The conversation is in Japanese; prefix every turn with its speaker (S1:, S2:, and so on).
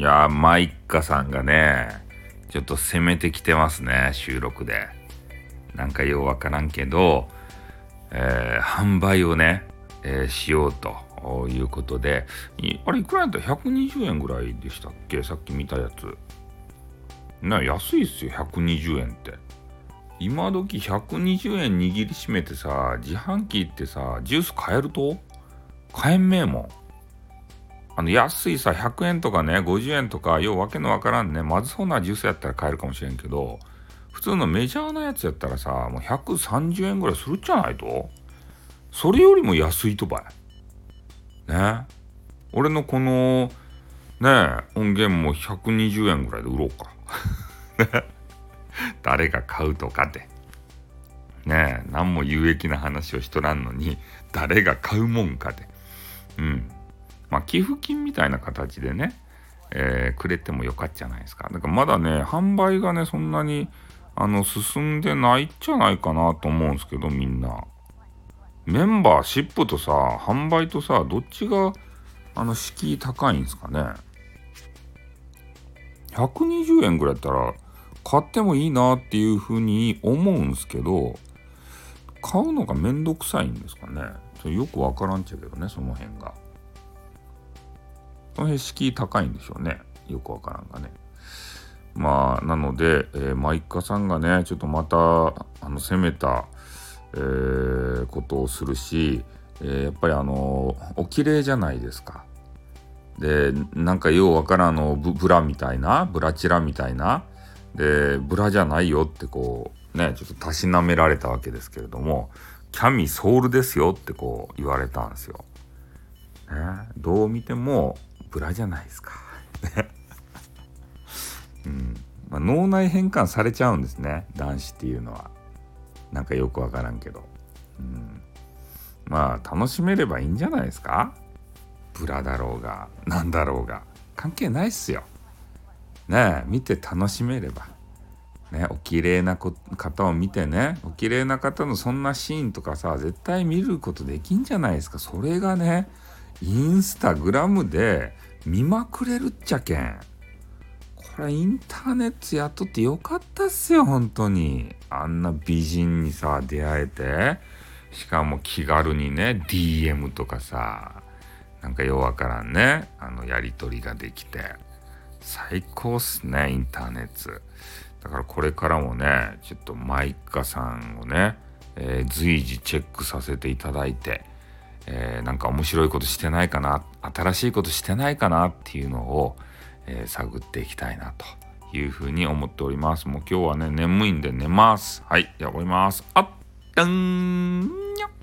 S1: やー、マイカさんがね、ちょっと攻めてきてますね、収録で。なんかようわからんけど、販売をね、しようということで、あれいくらやったら120円ぐらいでしたっけ、さっき見たやつ。安いっすよ、120円って。今時120円握りしめてさ、自販機行ってさ、ジュース買えると買えんめえもん。安いさ、100円とかね、50円とか、ようわけのわからんね、まずそうなジュースやったら買えるかもしれんけど、普通のメジャーなやつやったらさ、もう130円ぐらいするじゃないと。それよりも安いとばい。ね。俺のこの、音源も120円ぐらいで売ろうか。誰が買うとかで。何も有益な話をしとらんのに、誰が買うもんかで。寄付金みたいな形でね、くれてもよかったじゃないですか。だからまだね、販売がね、そんなに、進んでないんじゃないかなと思うんですけど、みんな。メンバーシップとさ、販売とさ、どっちが、敷居高いんですかね。120円ぐらいやったら、買ってもいいなっていうふうに思うんすけど、買うのがめんどくさいんですかね。よくわからんちゃうけどね、その辺が。その辺敷居高いんでしょうね。よくわからんがね。なので、マイカさんがね、ちょっとまた、攻めた、ことをするし、やっぱりお綺麗じゃないですか。で、なんかようわからんブラみたいな、ブラチラみたいな、で、ブラじゃないよってこう、ね、ちょっとたしなめられたわけですけれども、キャミソールですよってこう言われたんですよ。どう見てもブラじゃないですか。脳内変換されちゃうんですね、男子っていうのは。なんかよくわからんけど。楽しめればいいんじゃないですか。ブラだろうがなんだろうが関係ないっすよ。見て楽しめれば。お綺麗な方を見てね、お綺麗な方のそんなシーンとかさ、絶対見ることできんじゃないですか。それがね、インスタグラムで見まくれるっちゃけん。これインターネットやっとってよかったっすよ、本当に。あんな美人にさ、出会えて、しかも気軽にね、DM とかさ、なんかようわからんね、やりとりができて。最高っすね、インターネット。だからこれからもね、ちょっとマイカさんをね、随時チェックさせていただいて、なんか面白いことしてないかな、新しいことしてないかなっていうのを、探っていきたいなというふうに思っております。もう今日はね、眠いんで寝ます。はい、じゃあ終わります。あったんにゃ。